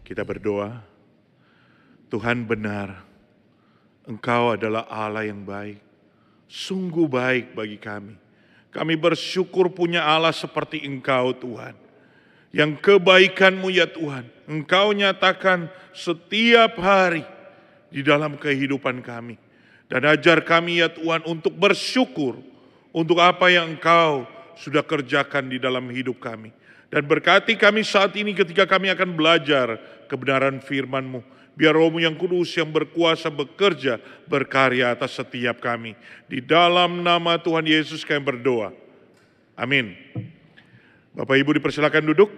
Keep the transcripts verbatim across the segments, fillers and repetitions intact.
Kita berdoa, Tuhan benar, Engkau adalah Allah yang baik, sungguh baik bagi kami. Kami bersyukur punya Allah seperti Engkau Tuhan. Yang kebaikan-Mu ya Tuhan, Engkau nyatakan setiap hari di dalam kehidupan kami. Dan ajar kami ya Tuhan untuk bersyukur untuk apa yang Engkau sudah kerjakan di dalam hidup kami. Dan berkati kami saat ini ketika kami akan belajar kebenaran firman-Mu. Biar Roh-Mu yang kudus yang berkuasa bekerja, berkarya atas setiap kami. Di dalam nama Tuhan Yesus kami berdoa. Amin. Bapak Ibu dipersilakan duduk.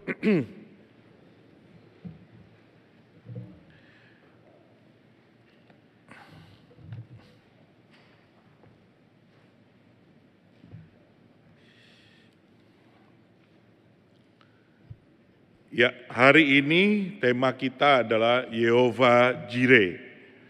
Ya, hari ini tema kita adalah Yehova Jireh,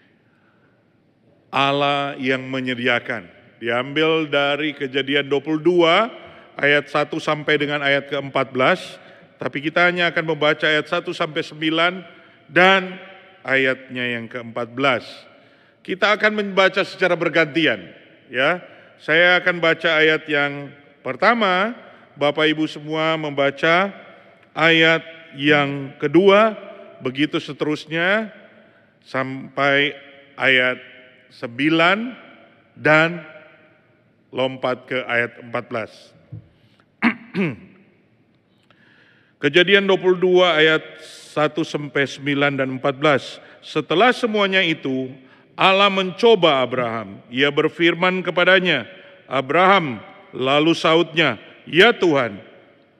Allah yang menyediakan. Diambil dari Kejadian dua puluh dua ayat satu sampai dengan ayat ke empat belas, tapi kita hanya akan membaca ayat satu sampai sembilan dan ayatnya yang ke empat belas. Kita akan membaca secara bergantian, ya. Saya akan baca ayat yang pertama, Bapak Ibu semua membaca ayat yang kedua, begitu seterusnya sampai ayat sembilan dan lompat ke ayat empat belas. Kejadian dua puluh dua ayat satu sampai sembilan dan empat belas. Setelah semuanya itu, Allah mencoba Abraham. Ia berfirman kepadanya, "Abraham," lalu sautnya, "Ya Tuhan."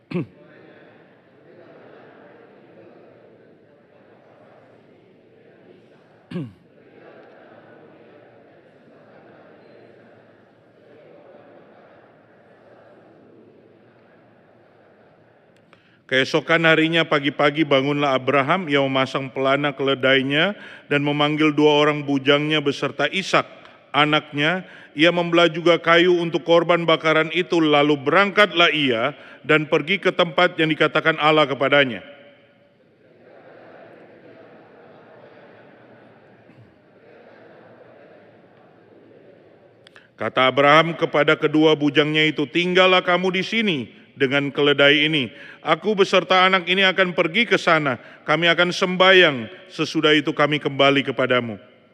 Keesokan harinya pagi-pagi bangunlah Abraham, ia memasang pelana keledainya dan memanggil dua orang bujangnya beserta Ishak, anaknya. Ia membelah juga kayu untuk korban bakaran itu, lalu berangkatlah ia dan pergi ke tempat yang dikatakan Allah kepadanya. Kata Abraham kepada kedua bujangnya itu, "Tinggallah kamu di sini dengan keledai ini. Aku beserta anak ini akan pergi ke sana. Kami akan sembahyang. Sesudah itu kami kembali kepadamu."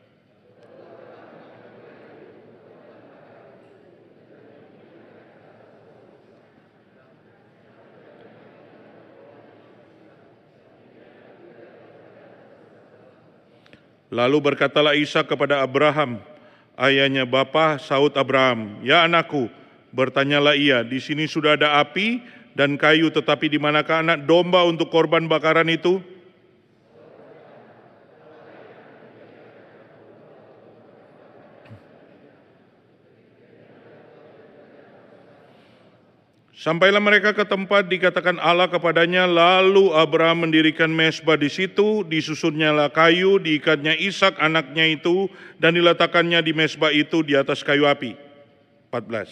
Lalu berkatalah Ishak kepada Abraham, ayahnya. "Bapa," saut Abraham, "Ya anakku." Bertanyalah ia, "Di sini sudah ada api dan kayu, tetapi di manakah anak domba untuk korban bakaran itu?" Sampailah mereka ke tempat dikatakan Allah kepadanya, lalu Abraham mendirikan mezbah di situ, disusunnyalah kayu, diikatnya Ishak anaknya itu, dan diletakkannya di mezbah itu di atas kayu api. empat belas.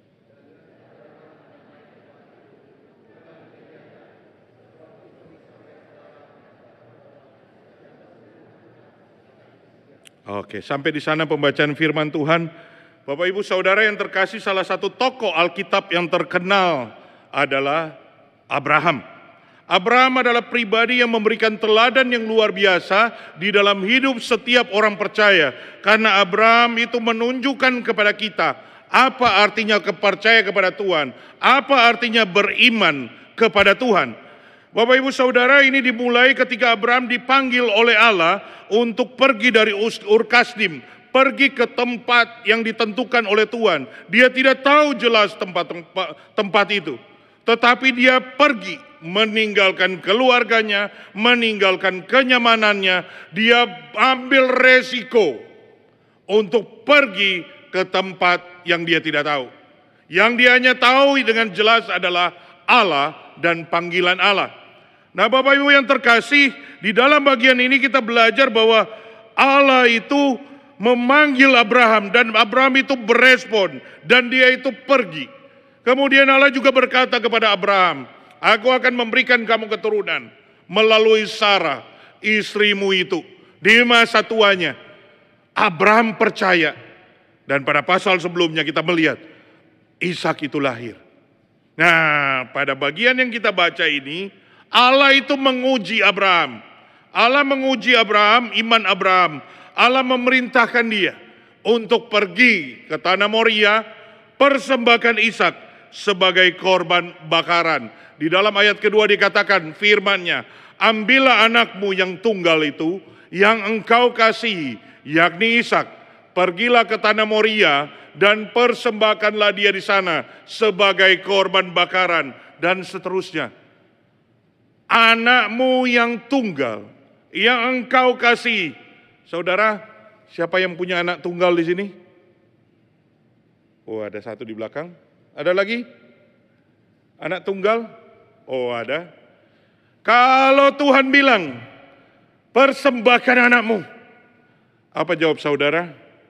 Oke, sampai di sana pembacaan firman Tuhan. Bapak Ibu Saudara yang terkasih, salah satu tokoh Alkitab yang terkenal adalah Abraham. Abraham adalah pribadi yang memberikan teladan yang luar biasa di dalam hidup setiap orang percaya. Karena Abraham itu menunjukkan kepada kita apa artinya kepercaya kepada Tuhan, apa artinya beriman kepada Tuhan. Bapak Ibu Saudara, ini dimulai ketika Abraham dipanggil oleh Allah untuk pergi dari Ur Kasdim, pergi ke tempat yang ditentukan oleh Tuhan. Dia tidak tahu jelas tempat-tempat tempat itu, tetapi dia pergi meninggalkan keluarganya, meninggalkan kenyamanannya. Dia ambil resiko untuk pergi ke tempat yang dia tidak tahu. Yang dia hanya tahu dengan jelas adalah Allah dan panggilan Allah. Nah, Bapak Ibu yang terkasih, di dalam bagian ini kita belajar bahwa Allah itu memanggil Abraham dan Abraham itu berespon dan dia itu pergi. Kemudian Allah juga berkata kepada Abraham, "Aku akan memberikan kamu keturunan melalui Sarah." istrimu itu. Di masa tuanya, Abraham percaya. Dan pada pasal sebelumnya kita melihat, Ishak itu lahir. Nah, pada bagian yang kita baca ini, Allah itu menguji Abraham. Allah menguji Abraham, iman Abraham. Allah memerintahkan dia untuk pergi ke tanah Moria, persembahkan Ishak sebagai korban bakaran. Di dalam ayat kedua dikatakan firman-Nya, ambillah anakmu yang tunggal itu, yang engkau kasihi, yakni Ishak, pergilah ke tanah Moria dan persembahkanlah dia di sana sebagai korban bakaran, dan seterusnya. Anakmu yang tunggal, yang engkau kasihi. Saudara, siapa yang punya anak tunggal di sini? Oh, ada satu di belakang. Ada lagi? Anak tunggal? Oh, ada. Kalau Tuhan bilang, persembahkan anakmu, apa jawab saudara?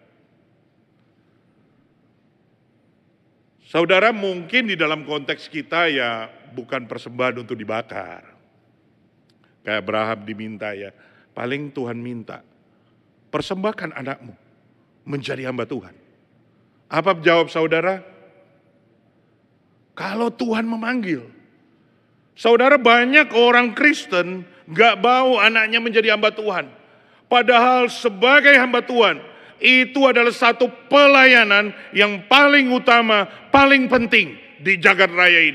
Saudara, mungkin di dalam konteks kita ya bukan persembahan untuk dibakar. Kayak Abraham diminta ya, paling Tuhan minta, persembahkan anakmu menjadi hamba Tuhan. Apa jawab saudara? Kalau Tuhan memanggil. Saudara, banyak orang Kristen gak mau anaknya menjadi hamba Tuhan. Padahal sebagai hamba Tuhan, itu adalah satu pelayanan yang paling utama, paling penting di jagat raya ini.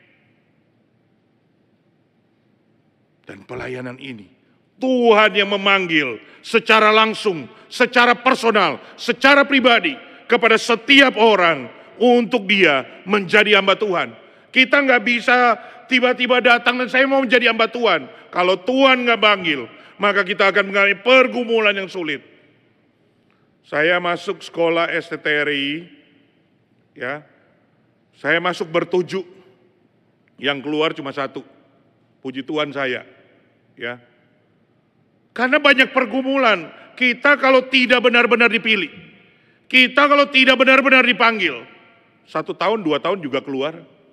Dan pelayanan ini, Tuhan yang memanggil secara langsung, secara personal, secara pribadi kepada setiap orang untuk dia menjadi hamba Tuhan. Kita nggak bisa tiba-tiba datang dan saya mau menjadi hamba Tuhan. Kalau Tuhan nggak panggil, maka kita akan mengalami pergumulan yang sulit. Saya masuk sekolah S T T R I, ya, saya masuk bertujuh, yang keluar cuma satu. Puji Tuhan saya, ya. Karena banyak pergumulan, kita kalau tidak benar-benar dipilih, kita kalau tidak benar-benar dipanggil, satu tahun, dua tahun juga keluar.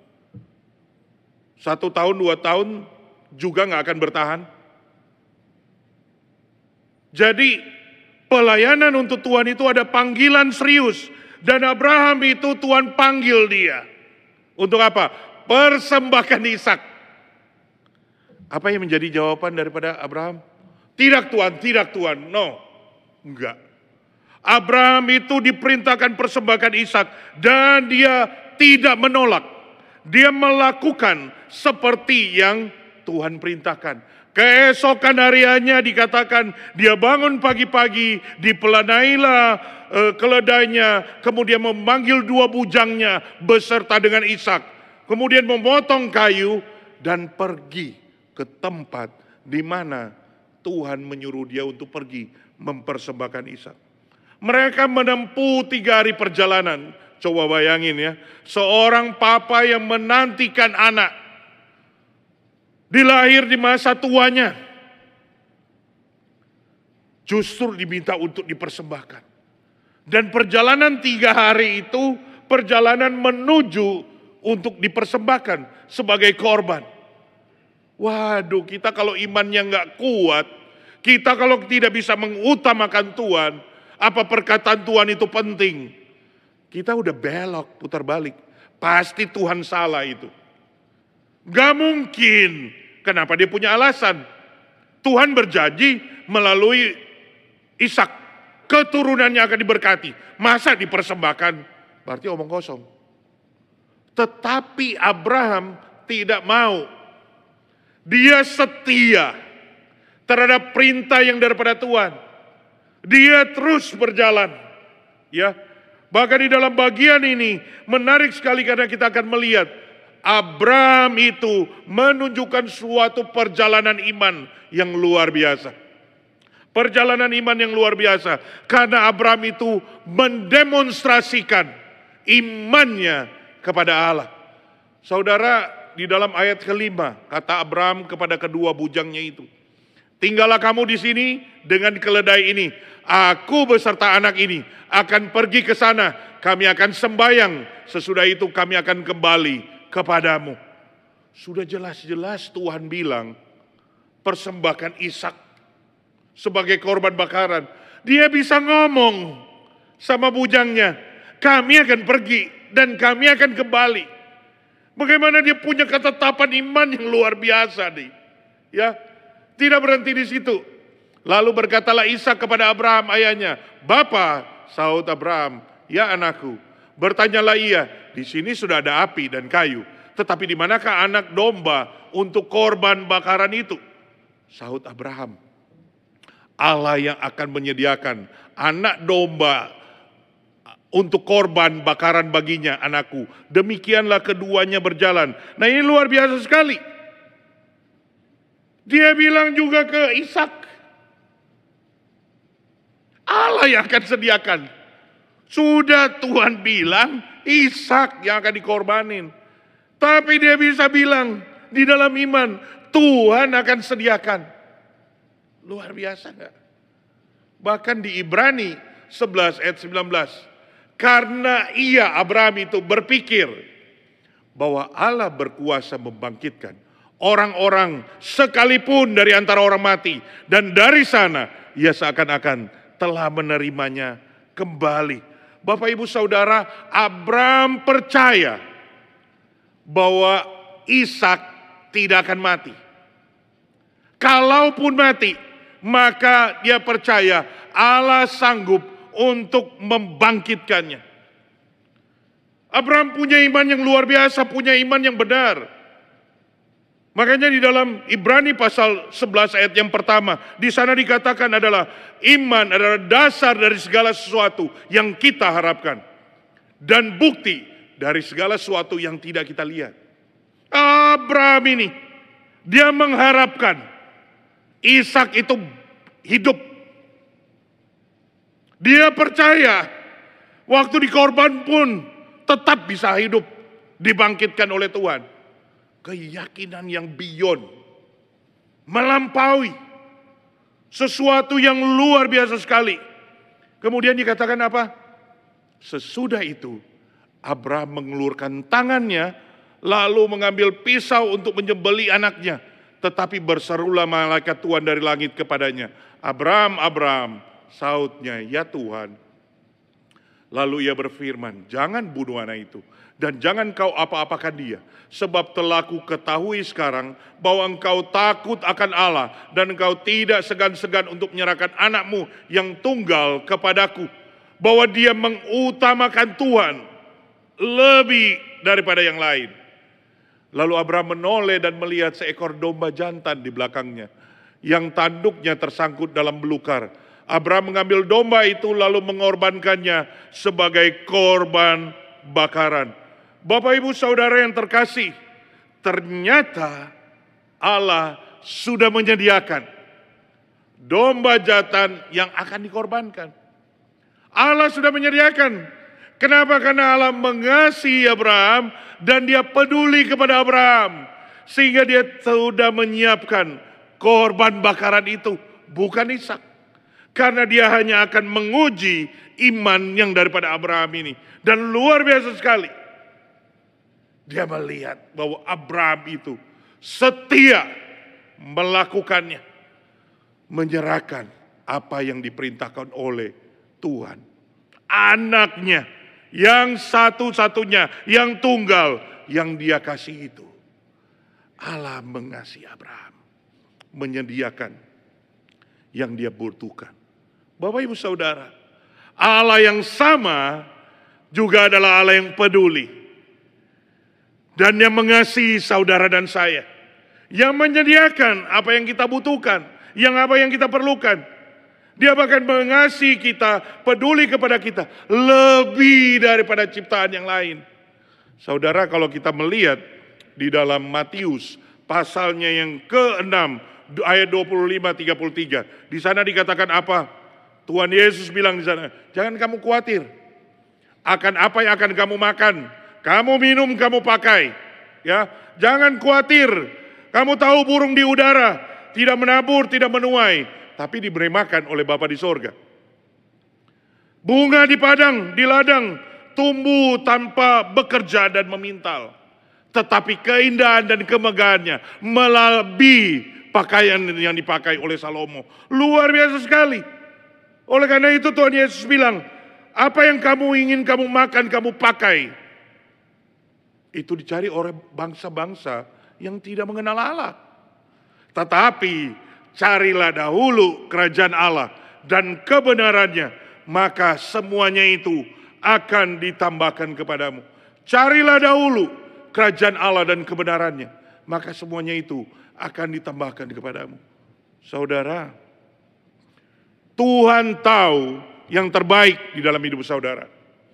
Satu tahun, dua tahun juga nggak akan bertahan. Jadi pelayanan untuk Tuhan itu ada panggilan serius. Dan Abraham itu Tuhan panggil dia. Untuk apa? Persembahkan Ishak. Apa yang menjadi jawaban daripada Abraham? Tidak Tuhan, tidak Tuhan. No, enggak. Abraham itu diperintahkan persembahkan Ishak. Dan dia tidak menolak. Dia melakukan seperti yang Tuhan perintahkan. Keesokan hariannya dikatakan dia bangun pagi-pagi, dipelanailah e, keledainya, kemudian memanggil dua bujangnya beserta dengan Ishak. Kemudian memotong kayu dan pergi ke tempat di mana Tuhan menyuruh dia untuk pergi mempersembahkan Ishak. Mereka menempuh tiga hari perjalanan. Coba bayangin ya, seorang papa yang menantikan anak, dilahir di masa tuanya, justru diminta untuk dipersembahkan. Dan perjalanan tiga hari itu, perjalanan menuju untuk dipersembahkan sebagai korban. Waduh, kita kalau imannya nggak kuat, kita kalau tidak bisa mengutamakan Tuhan, apa perkataan Tuhan itu penting, kita udah belok, putar balik. Pasti Tuhan salah itu. Gak mungkin. Kenapa dia punya alasan? Tuhan berjanji melalui Ishak, keturunannya akan diberkati. Masa dipersembahkan? Berarti omong kosong. Tetapi Abraham tidak mau. Dia setia terhadap perintah yang daripada Tuhan. Dia terus berjalan. Ya. Bahkan di dalam bagian ini menarik sekali karena kita akan melihat Abraham itu menunjukkan suatu perjalanan iman yang luar biasa. Perjalanan iman yang luar biasa karena Abraham itu mendemonstrasikan imannya kepada Allah. Saudara, di dalam ayat kelima kata Abraham kepada kedua bujangnya itu, tinggallah kamu di sini dengan keledai ini. Aku beserta anak ini akan pergi ke sana. Kami akan sembahyang. Sesudah itu kami akan kembali kepadamu. Sudah jelas-jelas Tuhan bilang, persembahkan Ishak sebagai korban bakaran. Dia bisa ngomong sama bujangnya, kami akan pergi dan kami akan kembali. Bagaimana dia punya ketetapan iman yang luar biasa nih. Ya, tidak berhenti di situ. Lalu berkatalah Ishak kepada Abraham ayahnya, "Bapa," sahut Abraham, "Ya anakku." Bertanyalah ia, "Di sini sudah ada api dan kayu, tetapi di manakah anak domba untuk korban bakaran itu?" Sahut Abraham, "Allah yang akan menyediakan anak domba untuk korban bakaran baginya, anakku." Demikianlah keduanya berjalan. Nah, ini luar biasa sekali. Dia bilang juga ke Ishak, Allah yang akan sediakan. Sudah Tuhan bilang Ishak yang akan dikorbanin. Tapi dia bisa bilang di dalam iman, Tuhan akan sediakan. Luar biasa enggak? Bahkan di Ibrani sebelas ayat sembilan belas. Karena ia, Abraham itu berpikir bahwa Allah berkuasa membangkitkan orang-orang sekalipun dari antara orang mati. Dan dari sana ia seakan-akan telah menerimanya kembali. Bapak Ibu Saudara, Abraham percaya bahwa Ishak tidak akan mati. Kalaupun mati, maka dia percaya Allah sanggup untuk membangkitkannya. Abraham punya iman yang luar biasa, punya iman yang benar. Makanya di dalam Ibrani pasal sebelas ayat yang pertama, di sana dikatakan adalah iman adalah dasar dari segala sesuatu yang kita harapkan dan bukti dari segala sesuatu yang tidak kita lihat. Abraham ini, dia mengharapkan Ishak itu hidup. Dia percaya waktu dikorban pun tetap bisa hidup, dibangkitkan oleh Tuhan. Keyakinan yang beyond, melampaui sesuatu yang luar biasa sekali. Kemudian dikatakan apa? Sesudah itu Abraham mengulurkan tangannya, lalu mengambil pisau untuk menyembelih anaknya. Tetapi berserulah malaikat Tuhan dari langit kepadanya, "Abraham, Abraham," sahutnya, "Ya Tuhan." Lalu ia berfirman, "Jangan bunuh anak itu, dan jangan kau apa-apakan dia. Sebab telah ku ketahui sekarang bahwa engkau takut akan Allah, dan engkau tidak segan-segan untuk menyerahkan anakmu yang tunggal kepadaku. Bahwa dia mengutamakan Tuhan lebih daripada yang lain." Lalu Abraham menoleh dan melihat seekor domba jantan di belakangnya, yang tanduknya tersangkut dalam belukar. Abraham mengambil domba itu lalu mengorbankannya sebagai korban bakaran. Bapak Ibu Saudara yang terkasih, ternyata Allah sudah menyediakan domba jantan yang akan dikorbankan. Allah sudah menyediakan. Kenapa? Karena Allah mengasihi Abraham dan dia peduli kepada Abraham. Sehingga dia sudah menyiapkan korban bakaran itu, bukan Ishak. Karena dia hanya akan menguji iman yang daripada Abraham ini. Dan luar biasa sekali. Dia melihat bahwa Abraham itu setia melakukannya. Menyerahkan apa yang diperintahkan oleh Tuhan. Anaknya yang satu-satunya, yang tunggal, yang dia kasih itu. Allah mengasihi Abraham. Menyediakan yang dia butuhkan. Bapak Ibu Saudara, Allah yang sama juga adalah Allah yang peduli. Dan yang mengasihi saudara dan saya. Yang menyediakan apa yang kita butuhkan. Yang apa yang kita perlukan. Dia bahkan mengasihi kita, peduli kepada kita. Lebih daripada ciptaan yang lain. Saudara, kalau kita melihat di dalam Matius pasalnya yang keenam ayat dua puluh lima tiga puluh tiga. Di sana dikatakan apa? Tuhan Yesus bilang di sana, "Jangan kamu khawatir akan apa yang akan kamu makan. Kamu minum, kamu pakai. Ya, jangan khawatir. Kamu tahu burung di udara tidak menabur, tidak menuai, tapi diberi makan oleh Bapa di sorga. Bunga di padang, di ladang, tumbuh tanpa bekerja dan memintal. Tetapi keindahan dan kemegahannya melebihi pakaian yang dipakai oleh Salomo. Luar biasa sekali. Oleh karena itu Tuhan Yesus bilang, apa yang kamu ingin kamu makan, kamu pakai. Itu dicari oleh bangsa-bangsa yang tidak mengenal Allah. Tetapi carilah dahulu kerajaan Allah dan kebenarannya, maka semuanya itu akan ditambahkan kepadamu. Carilah dahulu kerajaan Allah dan kebenarannya, maka semuanya itu akan ditambahkan kepadamu. Saudara, Tuhan tahu yang terbaik di dalam hidup saudara.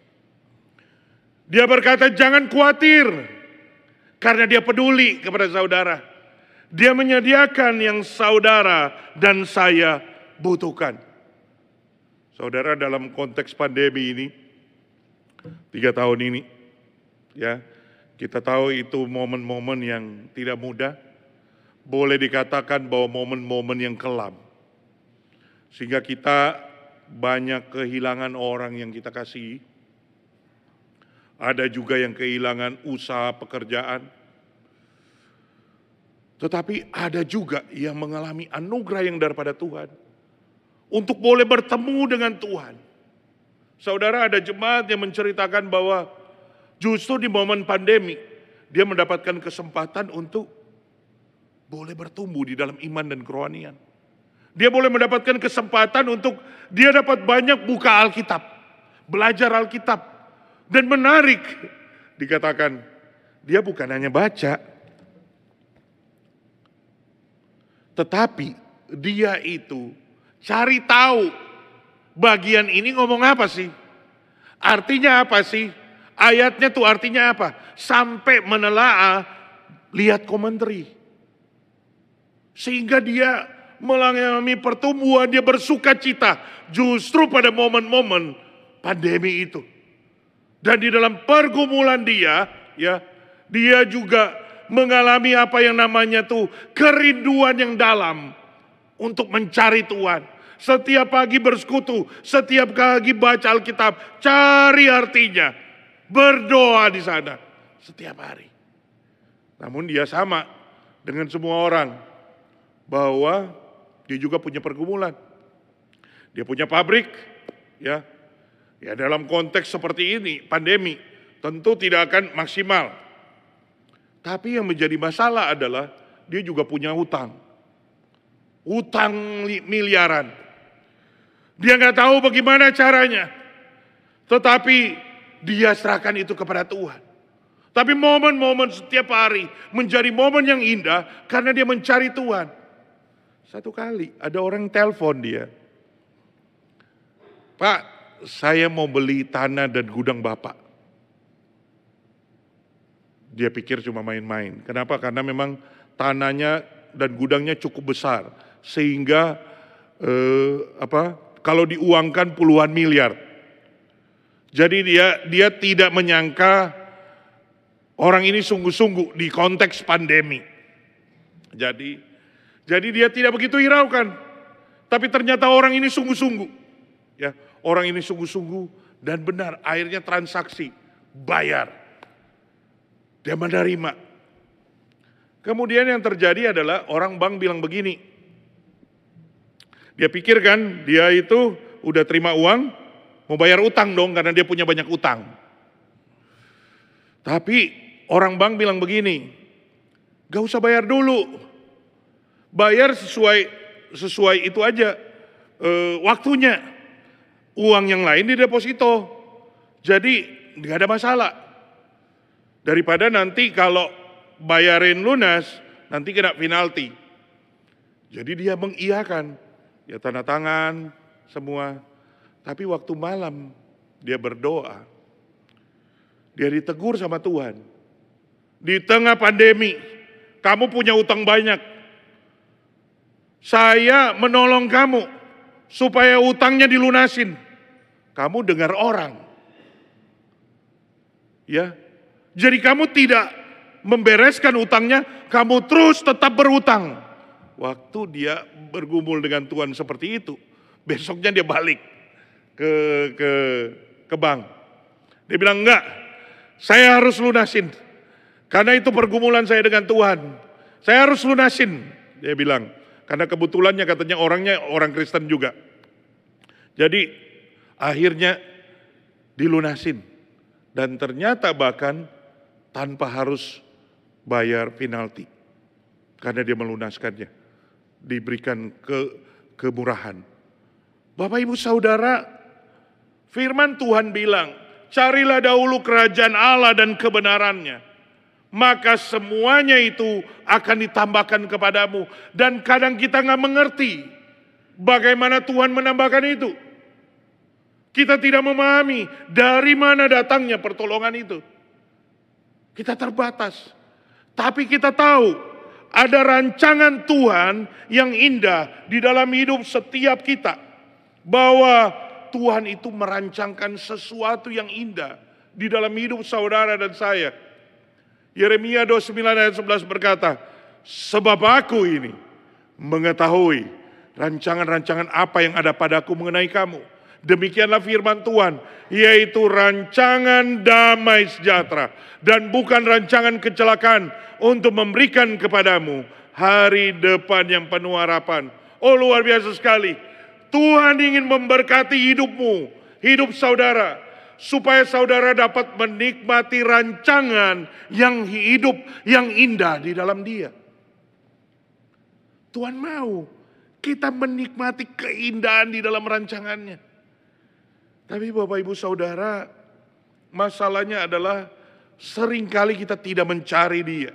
Dia berkata jangan khawatir, karena dia peduli kepada saudara. Dia menyediakan yang saudara dan saya butuhkan. Saudara, dalam konteks pandemi ini, tiga tahun ini, ya, kita tahu itu momen-momen yang tidak mudah. Boleh dikatakan bahwa momen-momen yang kelam. Sehingga kita banyak kehilangan orang yang kita kasihi. Ada juga yang kehilangan usaha pekerjaan. Tetapi ada juga yang mengalami anugerah yang daripada Tuhan. Untuk boleh bertemu dengan Tuhan. Saudara, ada jemaat yang menceritakan bahwa justru di momen pandemi, dia mendapatkan kesempatan untuk boleh bertumbuh di dalam iman dan kerohanian. Dia boleh mendapatkan kesempatan untuk dia dapat banyak buka Alkitab, belajar Alkitab. Dan menarik, dikatakan dia bukan hanya baca, tetapi dia itu cari tahu bagian ini ngomong apa sih? Artinya apa sih? Ayatnya tuh artinya apa? Sampai menelaah, lihat komentari. Sehingga dia mengalami pertumbuhan, dia bersuka cita justru pada momen-momen pandemi itu. Dan di dalam pergumulan dia, ya, dia juga mengalami apa yang namanya tuh kerinduan yang dalam untuk mencari Tuhan. Setiap pagi bersekutu, setiap pagi baca Alkitab, cari artinya, berdoa di sana setiap hari. Namun dia sama dengan semua orang bahwa dia juga punya pergumulan. Dia punya pabrik, ya. Ya, dalam konteks seperti ini, pandemi, tentu tidak akan maksimal. Tapi yang menjadi masalah adalah dia juga punya hutang. Hutang miliaran. Dia nggak tahu bagaimana caranya. Tetapi dia serahkan itu kepada Tuhan. Tapi momen-momen setiap hari menjadi momen yang indah karena dia mencari Tuhan. Satu kali ada orang telepon dia. Pak, saya mau beli tanah dan gudang Bapak. Dia pikir cuma main-main. Kenapa? Karena memang tanahnya dan gudangnya cukup besar. Sehingga eh, apa? Kalau diuangkan puluhan miliar. Jadi dia dia tidak menyangka orang ini sungguh-sungguh di konteks pandemi. Jadi jadi dia tidak begitu hiraukan. Tapi ternyata orang ini sungguh-sungguh. Ya, orang ini sungguh-sungguh dan benar, akhirnya transaksi, bayar. Dia menerima. Kemudian yang terjadi adalah orang bank bilang begini. Dia pikir kan, dia itu udah terima uang, mau bayar utang dong karena dia punya banyak utang. Tapi orang bank bilang begini, gak usah bayar dulu. Bayar sesuai sesuai itu aja e, waktunya. Uang yang lain di deposito. Jadi nggak ada masalah. Daripada nanti kalau bayarin lunas, nanti kena penalti. Jadi dia mengiyakan. Ya tanda tangan semua. Tapi waktu malam dia berdoa. Dia ditegur sama Tuhan. Di tengah pandemi, kamu punya utang banyak. Saya menolong kamu supaya utangnya dilunasin. Kamu dengar orang. Ya. Jadi kamu tidak membereskan utangnya, kamu terus tetap berutang. Waktu dia bergumul dengan Tuhan seperti itu, besoknya dia balik ke ke ke bank. Dia bilang, enggak, saya harus lunasin. Karena itu pergumulan saya dengan Tuhan. Saya harus lunasin. Dia bilang, karena kebetulannya katanya orangnya orang Kristen juga. Jadi akhirnya dilunasin. Dan ternyata bahkan tanpa harus bayar penalti. Karena dia melunaskannya. Diberikan ke kemurahan. Bapak Ibu Saudara, firman Tuhan bilang, carilah dahulu kerajaan Allah dan kebenarannya, maka semuanya itu akan ditambahkan kepadamu. Dan kadang kita nggak mengerti bagaimana Tuhan menambahkan itu. Kita tidak memahami dari mana datangnya pertolongan itu. Kita terbatas. Tapi kita tahu ada rancangan Tuhan yang indah di dalam hidup setiap kita. Bahwa Tuhan itu merancangkan sesuatu yang indah di dalam hidup saudara dan saya. Yeremia dua puluh sembilan ayat sebelas berkata, sebab aku ini mengetahui rancangan-rancangan apa yang ada padaku mengenai kamu. Demikianlah firman Tuhan, yaitu rancangan damai sejahtera dan bukan rancangan kecelakaan untuk memberikan kepadamu hari depan yang penuh harapan. Oh, luar biasa sekali. Tuhan ingin memberkati hidupmu, hidup saudara, supaya saudara dapat menikmati rancangan yang hidup, yang indah di dalam Dia. Tuhan mau kita menikmati keindahan di dalam rancangannya. Tapi Bapak Ibu Saudara, masalahnya adalah seringkali kita tidak mencari Dia.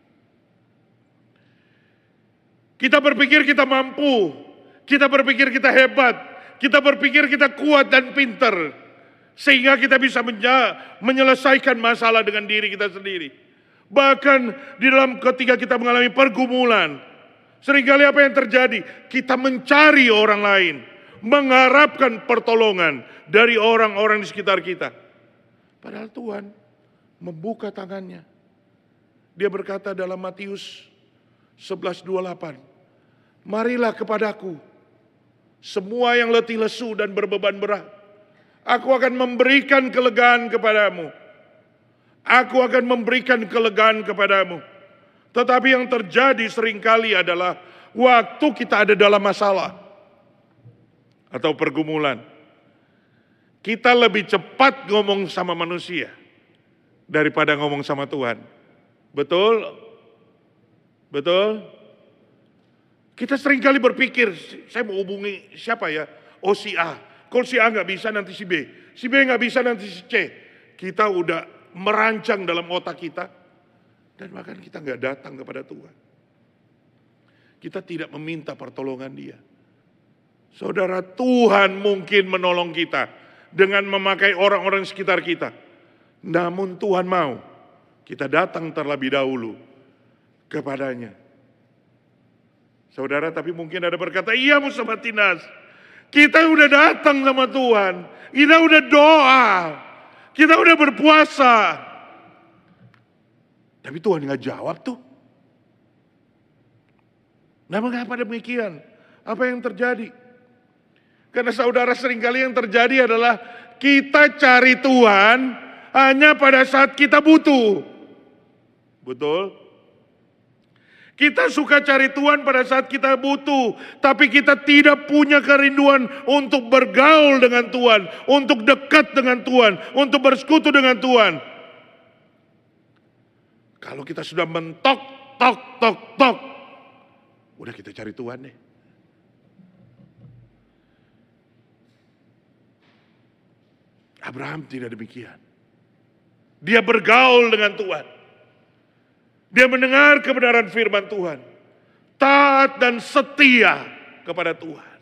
Kita berpikir kita mampu. Kita berpikir kita hebat, kita berpikir kita kuat dan pintar, sehingga kita bisa menyelesaikan masalah dengan diri kita sendiri. Bahkan di dalam ketika kita mengalami pergumulan, seringkali apa yang terjadi? Kita mencari orang lain, mengharapkan pertolongan dari orang-orang di sekitar kita. Padahal Tuhan membuka tangannya. Dia berkata dalam Matius sebelas dua puluh delapan, marilah kepadaku semua yang letih lesu dan berbeban berat. Aku akan memberikan kelegaan kepadamu. Aku akan memberikan kelegaan kepadamu. Tetapi yang terjadi seringkali adalah waktu kita ada dalam masalah atau pergumulan, kita lebih cepat ngomong sama manusia daripada ngomong sama Tuhan. Betul? Betul? Kita seringkali berpikir, saya mau hubungi siapa ya? Oh si A. Kalau si A nggak bisa nanti si B. Si B nggak bisa nanti si C. Kita udah merancang dalam otak kita. Dan bahkan kita nggak datang kepada Tuhan. Kita tidak meminta pertolongan Dia. Saudara, Tuhan mungkin menolong kita dengan memakai orang-orang sekitar kita. Namun Tuhan mau kita datang terlebih dahulu kepadanya. Saudara, tapi mungkin ada berkata, iya Sobat Tinas, kita udah datang sama Tuhan, kita udah doa, kita udah berpuasa. Tapi Tuhan gak jawab tuh. Nah, mengapa demikian? Apa yang terjadi? Karena saudara, seringkali yang terjadi adalah kita cari Tuhan hanya pada saat kita butuh. Betul? Kita suka cari Tuhan pada saat kita butuh, tapi kita tidak punya kerinduan untuk bergaul dengan Tuhan, untuk dekat dengan Tuhan, untuk bersekutu dengan Tuhan. Kalau kita sudah mentok, tok, tok, tok, udah kita cari Tuhan deh. Abraham tidak demikian. Dia bergaul dengan Tuhan. Dia mendengar kebenaran firman Tuhan. Taat dan setia kepada Tuhan.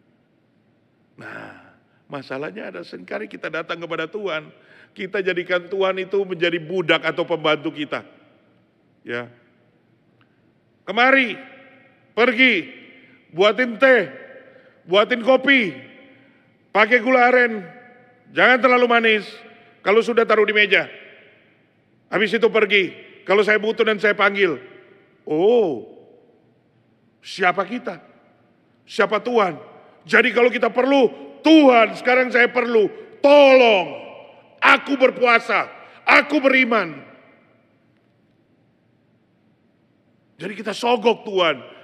Nah, masalahnya ada seringkali kita datang kepada Tuhan. Kita jadikan Tuhan itu menjadi budak atau pembantu kita. Ya. Kemari, pergi, buatin teh, buatin kopi, pakai gula aren, jangan terlalu manis. Kalau sudah taruh di meja. Habis itu pergi. Kalau saya butuh dan saya panggil, oh, siapa kita? Siapa Tuhan? Jadi kalau kita perlu, Tuhan sekarang saya perlu, tolong, aku berpuasa, aku beriman. Jadi kita sogok Tuhan,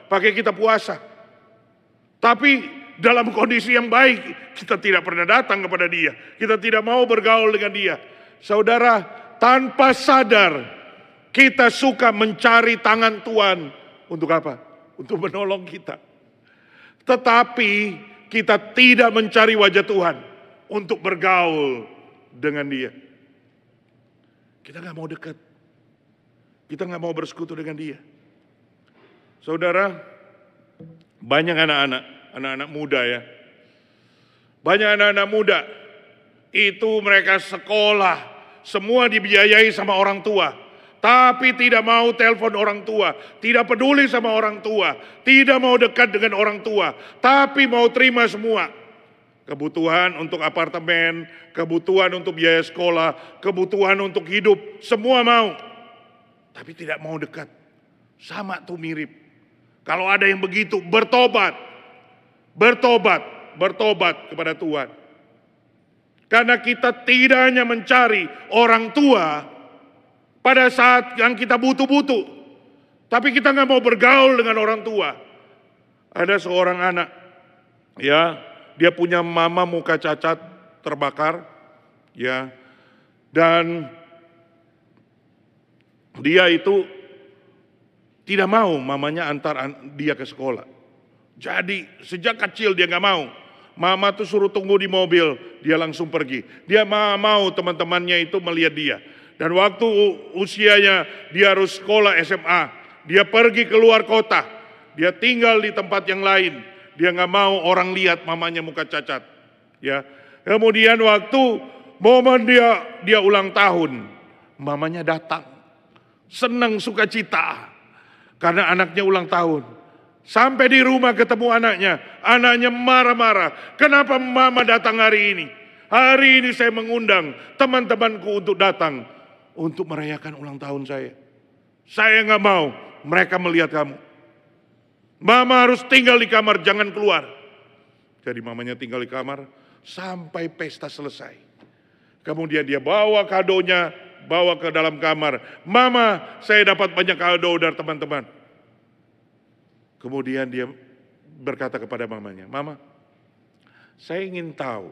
pakai kita puasa. Tapi dalam kondisi yang baik, kita tidak pernah datang kepada dia. Kita tidak mau bergaul dengan dia. Saudara, tanpa sadar, kita suka mencari tangan Tuhan. Untuk apa? Untuk menolong kita. Tetapi kita tidak mencari wajah Tuhan untuk bergaul dengan dia. Kita nggak mau dekat. Kita nggak mau bersekutu dengan dia. Saudara, banyak anak-anak, anak-anak muda ya. Banyak anak-anak muda, itu mereka sekolah, semua dibiayai sama orang tua. Tapi tidak mau telepon orang tua, tidak peduli sama orang tua, tidak mau dekat dengan orang tua, tapi mau terima semua. Kebutuhan untuk apartemen, kebutuhan untuk biaya sekolah, kebutuhan untuk hidup, semua mau. Tapi tidak mau dekat. Sama tuh mirip. Kalau ada yang begitu, bertobat. Bertobat, bertobat kepada Tuhan. Karena kita tidak hanya mencari orang tua pada saat yang kita butuh-butuh, tapi kita nggak mau bergaul dengan orang tua. Ada seorang anak, ya, dia punya mama muka cacat, terbakar, ya, dan dia itu tidak mau mamanya antar dia ke sekolah. Jadi sejak kecil dia nggak mau. Mama tuh suruh tunggu di mobil, dia langsung pergi. Dia mau teman-temannya itu melihat dia. Dan waktu usianya dia harus sekolah S M A, dia pergi keluar kota, dia tinggal di tempat yang lain, dia nggak mau orang lihat mamanya muka cacat. Ya, kemudian waktu momen dia dia ulang tahun, mamanya datang, senang sukacita karena anaknya ulang tahun. Sampai di rumah ketemu anaknya, anaknya marah-marah. Kenapa mama datang hari ini? Hari ini saya mengundang teman-temanku untuk datang untuk merayakan ulang tahun saya. Saya nggak mau mereka melihat kamu. Mama harus tinggal di kamar, jangan keluar. Jadi mamanya tinggal di kamar sampai pesta selesai. Kemudian dia bawa kadonya, bawa ke dalam kamar. Mama, saya dapat banyak kado dari teman-teman. Kemudian dia berkata kepada mamanya, Mama, saya ingin tahu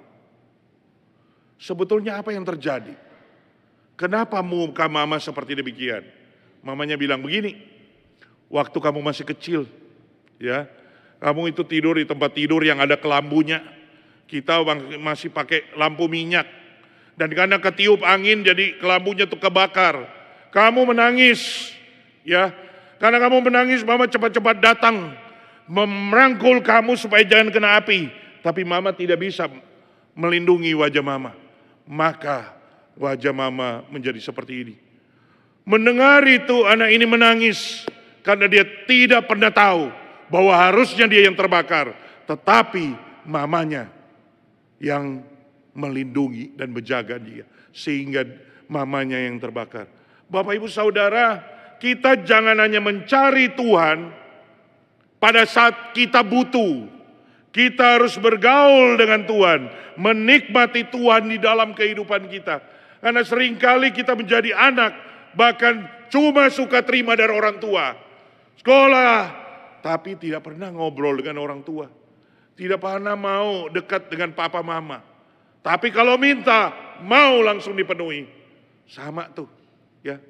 sebetulnya apa yang terjadi. Kenapa muka mama seperti demikian? Mamanya bilang begini, waktu kamu masih kecil, ya, kamu itu tidur di tempat tidur yang ada kelambunya. Kita masih pakai lampu minyak. Dan karena ketiup angin jadi kelambunya tuh kebakar. Kamu menangis, ya. Karena kamu menangis, mama cepat-cepat datang merangkul kamu supaya jangan kena api. Tapi mama tidak bisa melindungi wajah mama. Maka wajah mama menjadi seperti ini. Mendengar itu anak ini menangis karena dia tidak pernah tahu bahwa harusnya dia yang terbakar. Tetapi mamanya yang melindungi dan menjaga dia. Sehingga mamanya yang terbakar. Bapak ibu saudara, kita jangan hanya mencari Tuhan pada saat kita butuh. Kita harus bergaul dengan Tuhan, menikmati Tuhan di dalam kehidupan kita. Karena seringkali kita menjadi anak, bahkan cuma suka terima dari orang tua. Sekolah, tapi tidak pernah ngobrol dengan orang tua. Tidak pernah mau dekat dengan papa mama. Tapi kalau minta, mau langsung dipenuhi. Sama tuh, ya.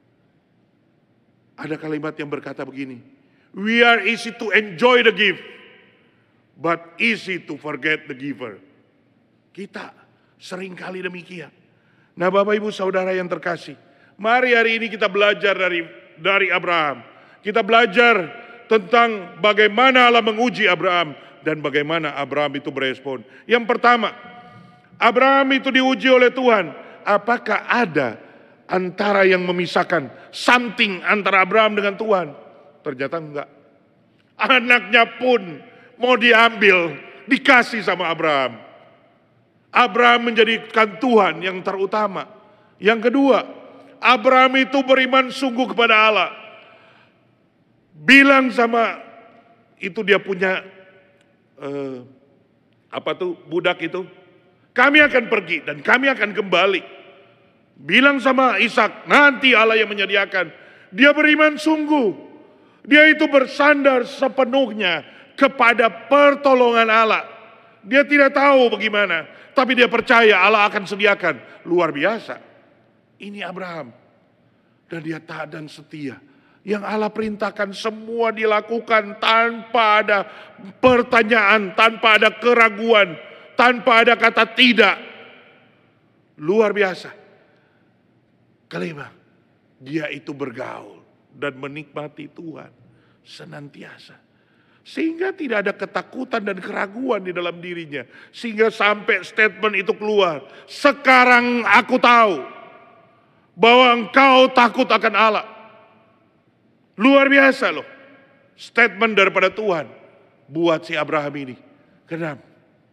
Ada kalimat yang berkata begini, we are easy to enjoy the gift, but easy to forget the giver. Kita seringkali demikian. Nah Bapak Ibu Saudara yang terkasih, mari hari ini kita belajar dari dari Abraham. Kita belajar tentang bagaimana Allah menguji Abraham dan bagaimana Abraham itu berespon. Yang pertama, Abraham itu diuji oleh Tuhan. Apakah ada antara yang memisahkan something antara Abraham dengan Tuhan? Ternyata enggak. Anaknya pun mau diambil, dikasih sama Abraham. Abraham menjadikan Tuhan yang terutama. Yang kedua, Abraham itu beriman sungguh kepada Allah. Bilang sama itu dia punya eh, apa tuh budak itu, kami akan pergi dan kami akan kembali. Bilang sama Ishak, nanti Allah yang menyediakan. Dia beriman sungguh. Dia itu bersandar sepenuhnya kepada pertolongan Allah. Dia tidak tahu bagaimana, tapi dia percaya Allah akan sediakan. Luar biasa. Ini Abraham. Dan dia taat dan setia. Yang Allah perintahkan semua dilakukan tanpa ada pertanyaan, tanpa ada keraguan, tanpa ada kata tidak. Luar biasa. Kelima, dia itu bergaul dan menikmati Tuhan senantiasa. Sehingga tidak ada ketakutan dan keraguan di dalam dirinya. Sehingga sampai statement itu keluar. Sekarang aku tahu bahwa engkau takut akan Allah. Luar biasa loh. Statement daripada Tuhan buat si Abraham ini. Kenapa?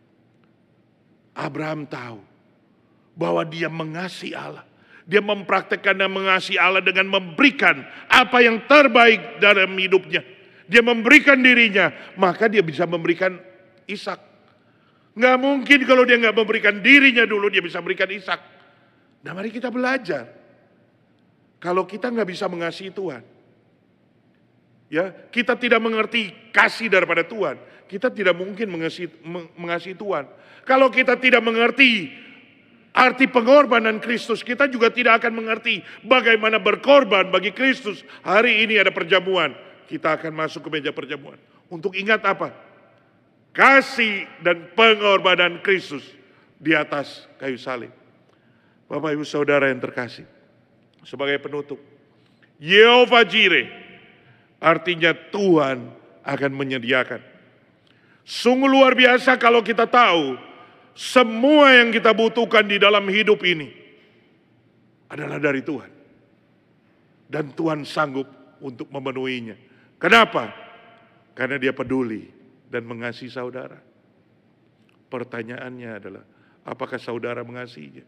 Abraham tahu bahwa dia mengasihi Allah. Dia mempraktekkan dan mengasihi Allah dengan memberikan apa yang terbaik dalam hidupnya. Dia memberikan dirinya, maka dia bisa memberikan Ishak. Nggak mungkin kalau dia nggak memberikan dirinya dulu, dia bisa memberikan Ishak. Nah mari kita belajar. Kalau kita nggak bisa mengasihi Tuhan, ya kita tidak mengerti kasih daripada Tuhan, kita tidak mungkin mengasihi, mengasihi Tuhan. Kalau kita tidak mengerti arti pengorbanan Kristus, kita juga tidak akan mengerti bagaimana berkorban bagi Kristus. Hari ini ada perjamuan. Kita akan masuk ke meja perjamuan. Untuk ingat apa? Kasih dan pengorbanan Kristus di atas kayu salib. Bapak Ibu Saudara yang terkasih. Sebagai penutup. Yehovah Jireh. Artinya Tuhan akan menyediakan. Sungguh luar biasa kalau kita tahu. Semua yang kita butuhkan di dalam hidup ini. Adalah dari Tuhan. Dan Tuhan sanggup untuk memenuhinya. Kenapa? Karena dia peduli dan mengasihi saudara. Pertanyaannya adalah, apakah saudara mengasihinya?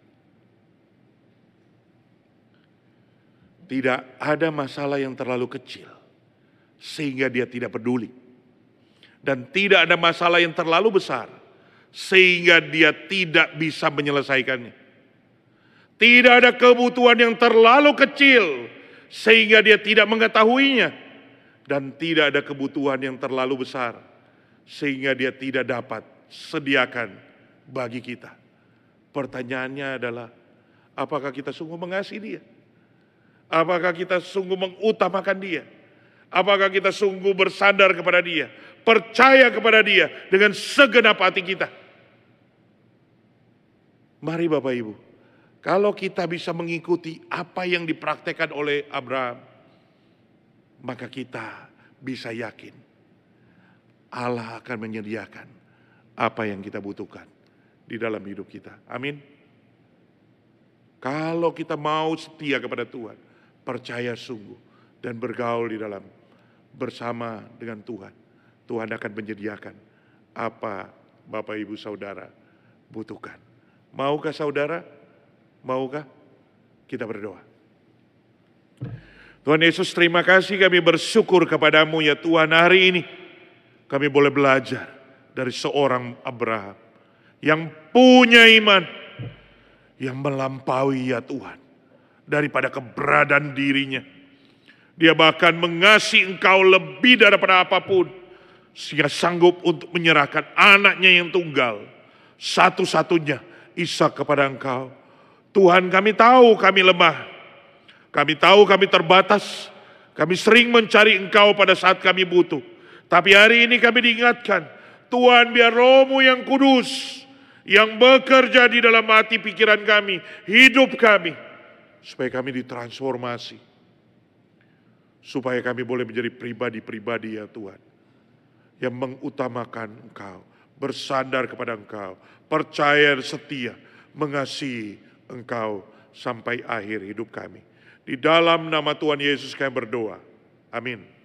Tidak ada masalah yang terlalu kecil sehingga dia tidak peduli. Dan tidak ada masalah yang terlalu besar sehingga dia tidak bisa menyelesaikannya. Tidak ada kebutuhan yang terlalu kecil sehingga dia tidak mengetahuinya. Dan tidak ada kebutuhan yang terlalu besar sehingga dia tidak dapat sediakan bagi kita. Pertanyaannya adalah, apakah kita sungguh mengasihi dia? Apakah kita sungguh mengutamakan dia? Apakah kita sungguh bersandar kepada dia? Percaya kepada dia dengan segenap hati kita? Mari Bapak Ibu, kalau kita bisa mengikuti apa yang dipraktekkan oleh Abraham, maka kita bisa yakin Allah akan menyediakan apa yang kita butuhkan di dalam hidup kita. Amin. Kalau kita mau setia kepada Tuhan, percaya sungguh dan bergaul di dalam bersama dengan Tuhan, Tuhan akan menyediakan apa Bapak Ibu Saudara butuhkan. Maukah saudara? Maukah? Kita berdoa. Tuhan Yesus, terima kasih, kami bersyukur kepadamu ya Tuhan. Hari ini kami boleh belajar dari seorang Abraham yang punya iman, yang melampaui ya Tuhan daripada keberadaan dirinya. Dia bahkan mengasihi Engkau lebih daripada apapun, sehingga sanggup untuk menyerahkan anaknya yang tunggal, satu-satunya, Ishak, kepada Engkau. Tuhan, kami tahu kami lemah. Kami tahu kami terbatas, kami sering mencari Engkau pada saat kami butuh. Tapi hari ini kami diingatkan, Tuhan biar Roh-Mu yang kudus, yang bekerja di dalam hati pikiran kami, hidup kami, supaya kami ditransformasi. Supaya kami boleh menjadi pribadi-pribadi ya Tuhan, yang mengutamakan Engkau, bersandar kepada Engkau, percaya dan setia, mengasihi Engkau sampai akhir hidup kami. Di dalam nama Tuhan Yesus kami berdoa. Amin.